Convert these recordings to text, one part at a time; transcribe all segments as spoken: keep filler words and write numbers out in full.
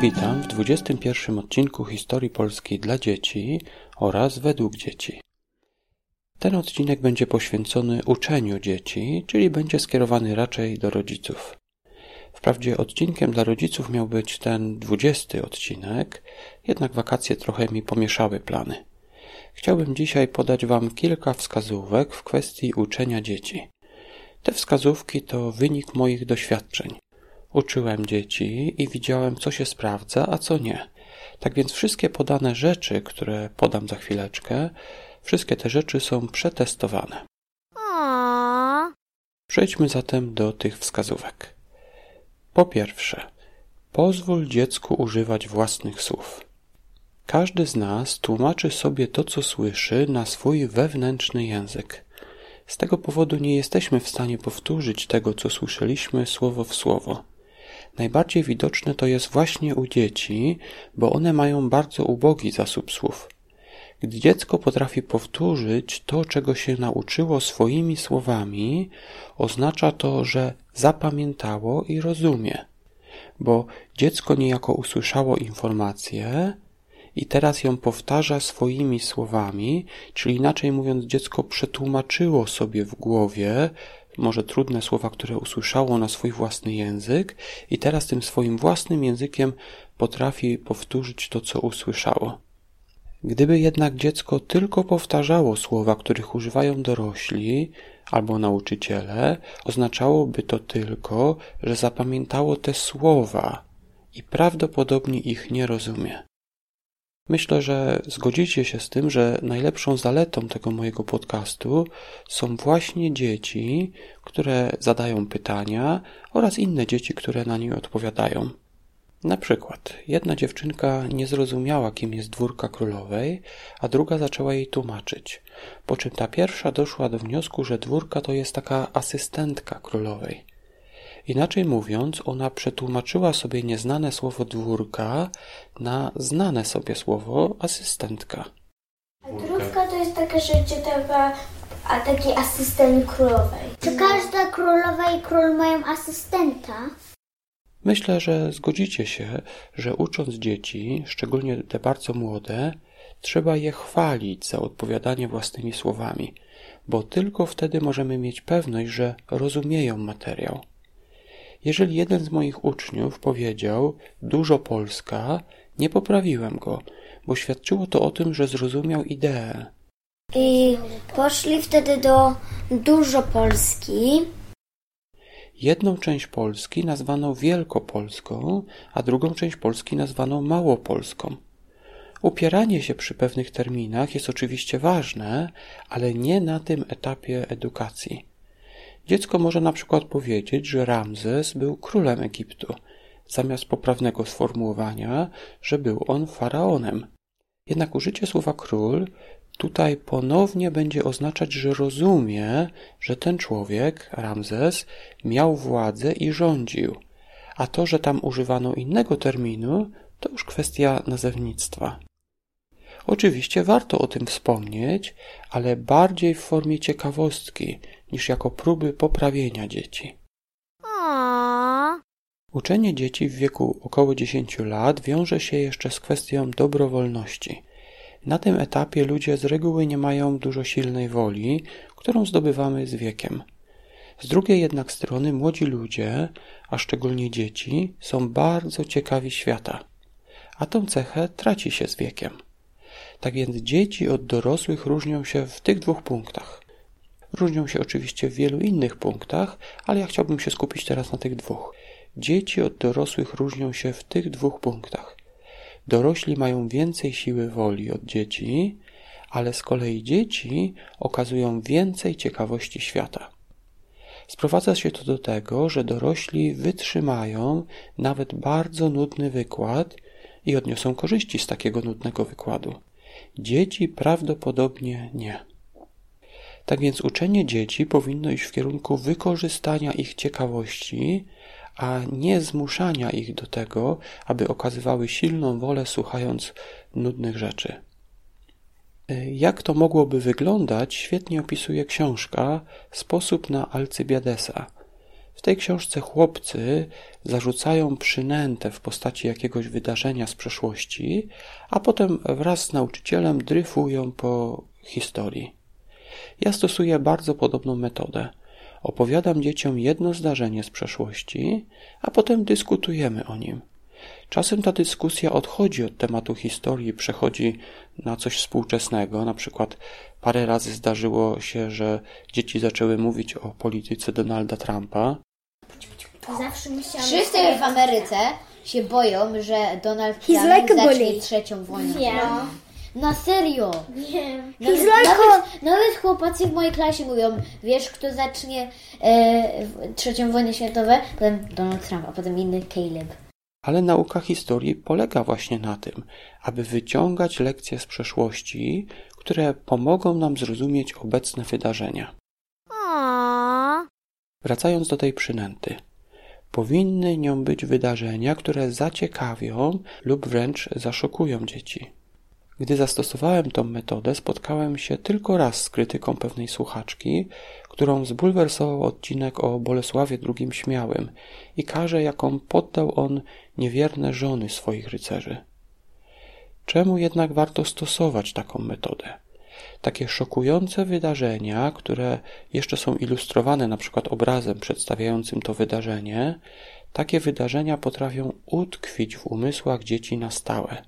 Witam w dwudziestym pierwszym odcinku Historii Polski dla dzieci oraz według dzieci. Ten odcinek będzie poświęcony uczeniu dzieci, czyli będzie skierowany raczej do rodziców. Wprawdzie odcinkiem dla rodziców miał być ten dwudziesty odcinek, jednak wakacje trochę mi pomieszały plany. Chciałbym dzisiaj podać Wam kilka wskazówek w kwestii uczenia dzieci. Te wskazówki to wynik moich doświadczeń. Uczyłem dzieci i widziałem, co się sprawdza, a co nie. Tak więc wszystkie podane rzeczy, które podam za chwileczkę, wszystkie te rzeczy są przetestowane. Przejdźmy zatem do tych wskazówek. Po pierwsze, pozwól dziecku używać własnych słów. Każdy z nas tłumaczy sobie to, co słyszy, na swój wewnętrzny język. Z tego powodu nie jesteśmy w stanie powtórzyć tego, co słyszeliśmy słowo w słowo. Najbardziej widoczne to jest właśnie u dzieci, bo one mają bardzo ubogi zasób słów. Gdy dziecko potrafi powtórzyć to, czego się nauczyło swoimi słowami, oznacza to, że zapamiętało i rozumie, bo dziecko niejako usłyszało informację i teraz ją powtarza swoimi słowami, czyli inaczej mówiąc, dziecko przetłumaczyło sobie w głowie może trudne słowa, które usłyszało na swój własny język i teraz tym swoim własnym językiem potrafi powtórzyć to, co usłyszało. Gdyby jednak dziecko tylko powtarzało słowa, których używają dorośli albo nauczyciele, oznaczałoby to tylko, że zapamiętało te słowa i prawdopodobnie ich nie rozumie. Myślę, że zgodzicie się z tym, że najlepszą zaletą tego mojego podcastu są właśnie dzieci, które zadają pytania oraz inne dzieci, które na nie odpowiadają. Na przykład jedna dziewczynka nie zrozumiała, kim jest dwórka królowej, a druga zaczęła jej tłumaczyć, po czym ta pierwsza doszła do wniosku, że dwórka to jest taka asystentka królowej. Inaczej mówiąc, ona przetłumaczyła sobie nieznane słowo dwórka na znane sobie słowo asystentka. A dwórka to jest taka rzecz, taka, a taki asystent królowej. Czy każda królowa i król mają asystenta? Myślę, że zgodzicie się, że ucząc dzieci, szczególnie te bardzo młode, trzeba je chwalić za odpowiadanie własnymi słowami, bo tylko wtedy możemy mieć pewność, że rozumieją materiał. Jeżeli jeden z moich uczniów powiedział dużo Polska, nie poprawiłem go, bo świadczyło to o tym, że zrozumiał ideę. I poszli wtedy do dużo Polski. Jedną część Polski nazwano Wielkopolską, a drugą część Polski nazwano Małopolską. Upieranie się przy pewnych terminach jest oczywiście ważne, ale nie na tym etapie edukacji. Dziecko może na przykład powiedzieć, że Ramzes był królem Egiptu, zamiast poprawnego sformułowania, że był on faraonem. Jednak użycie słowa król tutaj ponownie będzie oznaczać, że rozumie, że ten człowiek, Ramzes, miał władzę i rządził, a to, że tam używano innego terminu, to już kwestia nazewnictwa. Oczywiście warto o tym wspomnieć, ale bardziej w formie ciekawostki, niż jako próby poprawienia dzieci. Uczenie dzieci w wieku około dziesięciu lat wiąże się jeszcze z kwestią dobrowolności. Na tym etapie ludzie z reguły nie mają dużo silnej woli, którą zdobywamy z wiekiem. Z drugiej jednak strony młodzi ludzie, a szczególnie dzieci, są bardzo ciekawi świata, a tę cechę traci się z wiekiem. Tak więc dzieci od dorosłych różnią się w tych dwóch punktach. Różnią się oczywiście w wielu innych punktach, ale ja chciałbym się skupić teraz na tych dwóch. Dzieci od dorosłych różnią się w tych dwóch punktach. Dorośli mają więcej siły woli od dzieci, ale z kolei dzieci okazują więcej ciekawości świata. Sprowadza się to do tego, że dorośli wytrzymają nawet bardzo nudny wykład i odniosą korzyści z takiego nudnego wykładu. Dzieci prawdopodobnie nie. Tak więc uczenie dzieci powinno iść w kierunku wykorzystania ich ciekawości, a nie zmuszania ich do tego, aby okazywały silną wolę, słuchając nudnych rzeczy. Jak to mogłoby wyglądać, świetnie opisuje książka Sposób na Alcybiadesa. W tej książce chłopcy zarzucają przynętę w postaci jakiegoś wydarzenia z przeszłości, a potem wraz z nauczycielem dryfują po historii. Ja stosuję bardzo podobną metodę. Opowiadam dzieciom jedno zdarzenie z przeszłości, a potem dyskutujemy o nim. Czasem ta dyskusja odchodzi od tematu historii i przechodzi na coś współczesnego. Na przykład parę razy zdarzyło się, że dzieci zaczęły mówić o polityce Donalda Trumpa. Zawsze myślałam, Wszyscy w Ameryce się boją, że Donald He's Trump like a zacznie bully. trzecią wojnę. Wiem. Na serio. Wiem. Nawet, He's like nawet, nawet chłopacy w mojej klasie mówią, wiesz kto zacznie e, trzecią wojnę światową? Potem Donald Trump, a potem inny Caleb. Ale nauka historii polega właśnie na tym, aby wyciągać lekcje z przeszłości, które pomogą nam zrozumieć obecne wydarzenia. Aww. Wracając do tej przynęty. Powinny nią być wydarzenia, które zaciekawią lub wręcz zaszokują dzieci. Gdy zastosowałem tą metodę, spotkałem się tylko raz z krytyką pewnej słuchaczki, którą zbulwersował odcinek o Bolesławie drugim Śmiałym i karze, jaką poddał on niewierne żony swoich rycerzy. Czemu jednak warto stosować taką metodę? Takie szokujące wydarzenia, które jeszcze są ilustrowane na przykład obrazem przedstawiającym to wydarzenie, takie wydarzenia potrafią utkwić w umysłach dzieci na stałe.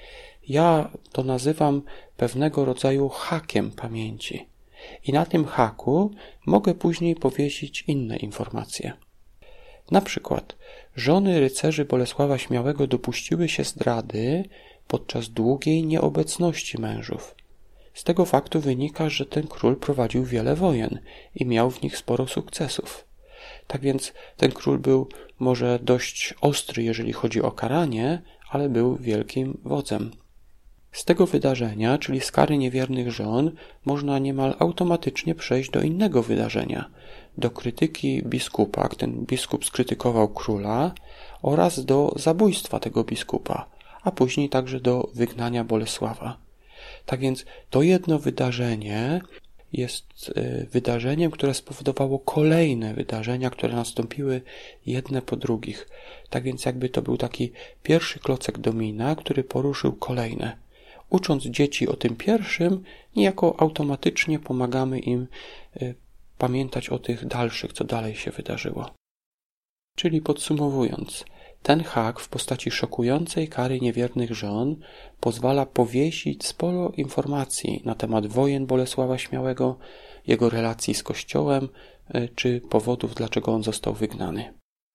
Ja to nazywam pewnego rodzaju hakiem pamięci. I na tym haku mogę później powiesić inne informacje. Na przykład żony rycerzy Bolesława Śmiałego dopuściły się zdrady podczas długiej nieobecności mężów. Z tego faktu wynika, że ten król prowadził wiele wojen i miał w nich sporo sukcesów. Tak więc ten król był może dość ostry, jeżeli chodzi o karanie, ale był wielkim wodzem. Z tego wydarzenia, czyli z kary niewiernych żon, można niemal automatycznie przejść do innego wydarzenia, do krytyki biskupa, ten biskup skrytykował króla, oraz do zabójstwa tego biskupa, a później także do wygnania Bolesława. Tak więc to jedno wydarzenie jest wydarzeniem, które spowodowało kolejne wydarzenia, które nastąpiły jedne po drugich. Tak więc jakby to był taki pierwszy klocek domina, który poruszył kolejne. Ucząc dzieci o tym pierwszym, niejako automatycznie pomagamy im y, pamiętać o tych dalszych, co dalej się wydarzyło. Czyli podsumowując, ten hak w postaci szokującej kary niewiernych żon pozwala powiesić sporo informacji na temat wojen Bolesława Śmiałego, jego relacji z Kościołem, y, czy powodów, dlaczego on został wygnany.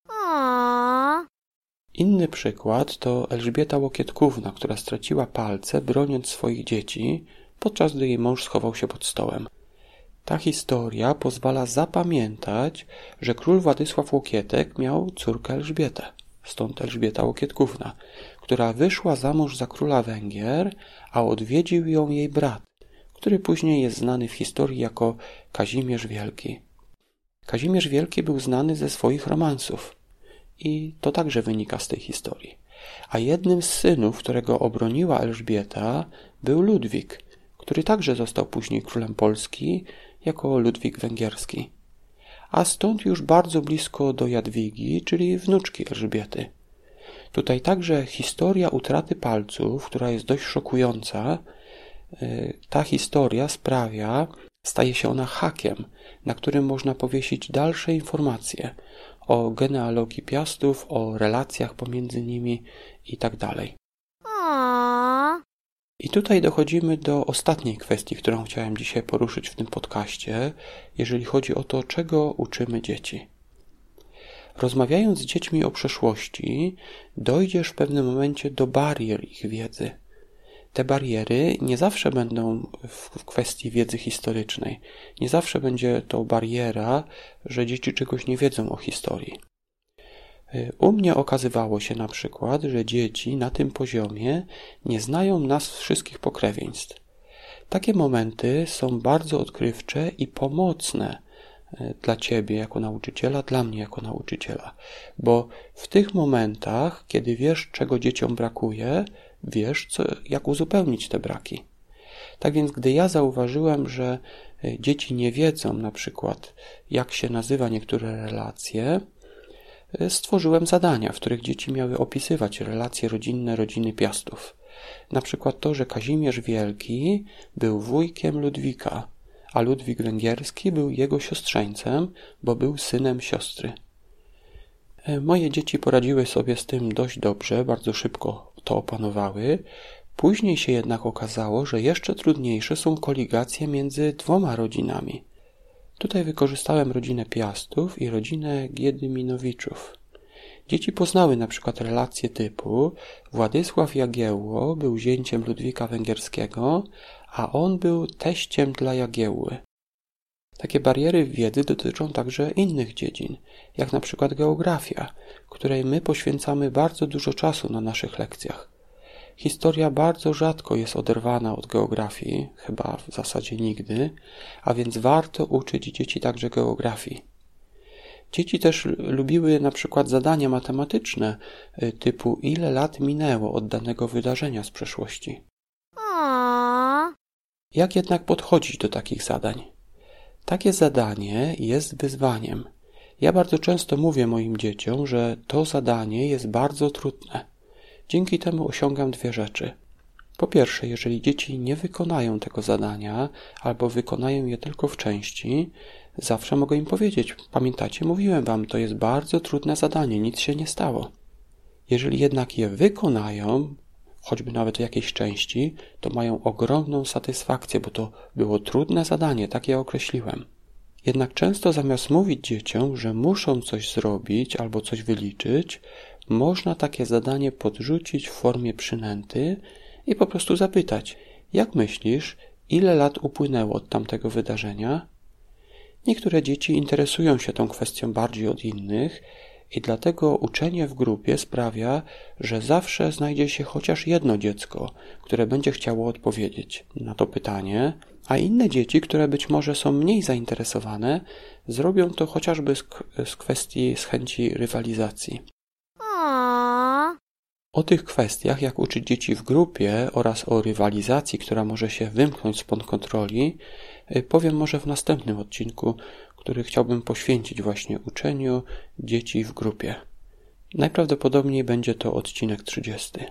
Aww. Inny przykład to Elżbieta Łokietkówna, która straciła palce, broniąc swoich dzieci, podczas gdy jej mąż schował się pod stołem. Ta historia pozwala zapamiętać, że król Władysław Łokietek miał córkę Elżbietę, stąd Elżbieta Łokietkówna, która wyszła za mąż za króla Węgier, a odwiedził ją jej brat, który później jest znany w historii jako Kazimierz Wielki. Kazimierz Wielki był znany ze swoich romansów. I to także wynika z tej historii. A jednym z synów, którego obroniła Elżbieta, był Ludwik, który także został później królem Polski jako Ludwik Węgierski. A stąd już bardzo blisko do Jadwigi, czyli wnuczki Elżbiety. Tutaj także historia utraty palców, która jest dość szokująca, ta historia sprawia, staje się ona hakiem, na którym można powiesić dalsze informacje o genealogii Piastów, o relacjach pomiędzy nimi i tak dalej. I tutaj dochodzimy do ostatniej kwestii, którą chciałem dzisiaj poruszyć w tym podcaście, jeżeli chodzi o to, czego uczymy dzieci. Rozmawiając z dziećmi o przeszłości, dojdziesz w pewnym momencie do barier ich wiedzy. Te bariery nie zawsze będą w kwestii wiedzy historycznej. Nie zawsze będzie to bariera, że dzieci czegoś nie wiedzą o historii. U mnie okazywało się na przykład, że dzieci na tym poziomie nie znają nazw wszystkich pokrewieństw. Takie momenty są bardzo odkrywcze i pomocne dla Ciebie jako nauczyciela, dla mnie jako nauczyciela. Bo w tych momentach, kiedy wiesz, czego dzieciom brakuje, wiesz, co, jak uzupełnić te braki. Tak więc gdy ja zauważyłem, że dzieci nie wiedzą na przykład, jak się nazywa niektóre relacje, stworzyłem zadania, w których dzieci miały opisywać relacje rodzinne rodziny Piastów. Na przykład to, że Kazimierz Wielki był wujkiem Ludwika, a Ludwik Węgierski był jego siostrzeńcem, bo był synem siostry. Moje dzieci poradziły sobie z tym dość dobrze, bardzo szybko to opanowały. Później się jednak okazało, że jeszcze trudniejsze są koligacje między dwoma rodzinami. Tutaj wykorzystałem rodzinę Piastów i rodzinę Giedyminowiczów. Dzieci poznały na przykład relacje typu Władysław Jagiełło był zięciem Ludwika Węgierskiego, a on był teściem dla Jagiełły. Takie bariery wiedzy dotyczą także innych dziedzin, jak na przykład geografia, której my poświęcamy bardzo dużo czasu na naszych lekcjach. Historia bardzo rzadko jest oderwana od geografii, chyba w zasadzie nigdy, a więc warto uczyć dzieci także geografii. Dzieci też lubiły na przykład zadania matematyczne typu ile lat minęło od danego wydarzenia z przeszłości. Jak jednak podchodzić do takich zadań? Takie zadanie jest wyzwaniem. Ja bardzo często mówię moim dzieciom, że to zadanie jest bardzo trudne. Dzięki temu osiągam dwie rzeczy. Po pierwsze, jeżeli dzieci nie wykonają tego zadania albo wykonają je tylko w części, zawsze mogę im powiedzieć, pamiętacie, mówiłem wam, to jest bardzo trudne zadanie, nic się nie stało. Jeżeli jednak je wykonają, choćby nawet w jakiejś części, to mają ogromną satysfakcję, bo to było trudne zadanie, tak je określiłem. Jednak często zamiast mówić dzieciom, że muszą coś zrobić albo coś wyliczyć, można takie zadanie podrzucić w formie przynęty i po prostu zapytać, jak myślisz, ile lat upłynęło od tamtego wydarzenia? Niektóre dzieci interesują się tą kwestią bardziej od innych i dlatego uczenie w grupie sprawia, że zawsze znajdzie się chociaż jedno dziecko, które będzie chciało odpowiedzieć na to pytanie, a inne dzieci, które być może są mniej zainteresowane, zrobią to chociażby z, z kwestii, z chęci rywalizacji. O tych kwestiach, jak uczyć dzieci w grupie oraz o rywalizacji, która może się wymknąć spod kontroli, powiem może w następnym odcinku, który chciałbym poświęcić właśnie uczeniu dzieci w grupie. Najprawdopodobniej będzie to odcinek trzydziesty.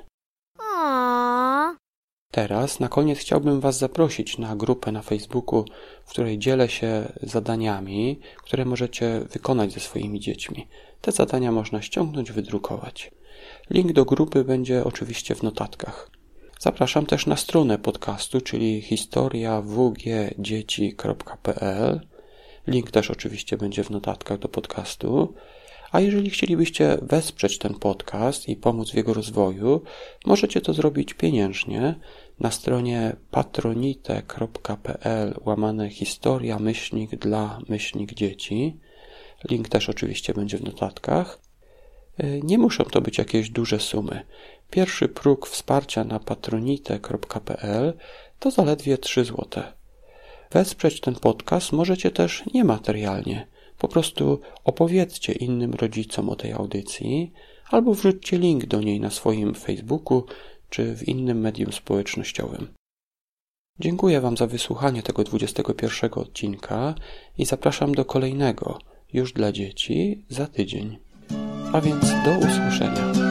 Teraz na koniec chciałbym Was zaprosić na grupę na Facebooku, w której dzielę się zadaniami, które możecie wykonać ze swoimi dziećmi. Te zadania można ściągnąć, wydrukować. Link do grupy będzie oczywiście w notatkach. Zapraszam też na stronę podcastu, czyli historia w g dzieci kropka p l. Link też oczywiście będzie w notatkach do podcastu. A jeżeli chcielibyście wesprzeć ten podcast i pomóc w jego rozwoju, możecie to zrobić pieniężnie na stronie patronite kropka p l łamane historia myślnik dla myślnik dzieci. Link też oczywiście będzie w notatkach. Nie muszą to być jakieś duże sumy. Pierwszy próg wsparcia na patronite kropka p l to zaledwie trzy złote. Wesprzeć ten podcast możecie też niematerialnie. Po prostu opowiedzcie innym rodzicom o tej audycji albo wrzućcie link do niej na swoim Facebooku czy w innym medium społecznościowym. Dziękuję Wam za wysłuchanie tego dwudziestego pierwszego odcinka i zapraszam do kolejnego, już dla dzieci, za tydzień. A więc do usłyszenia.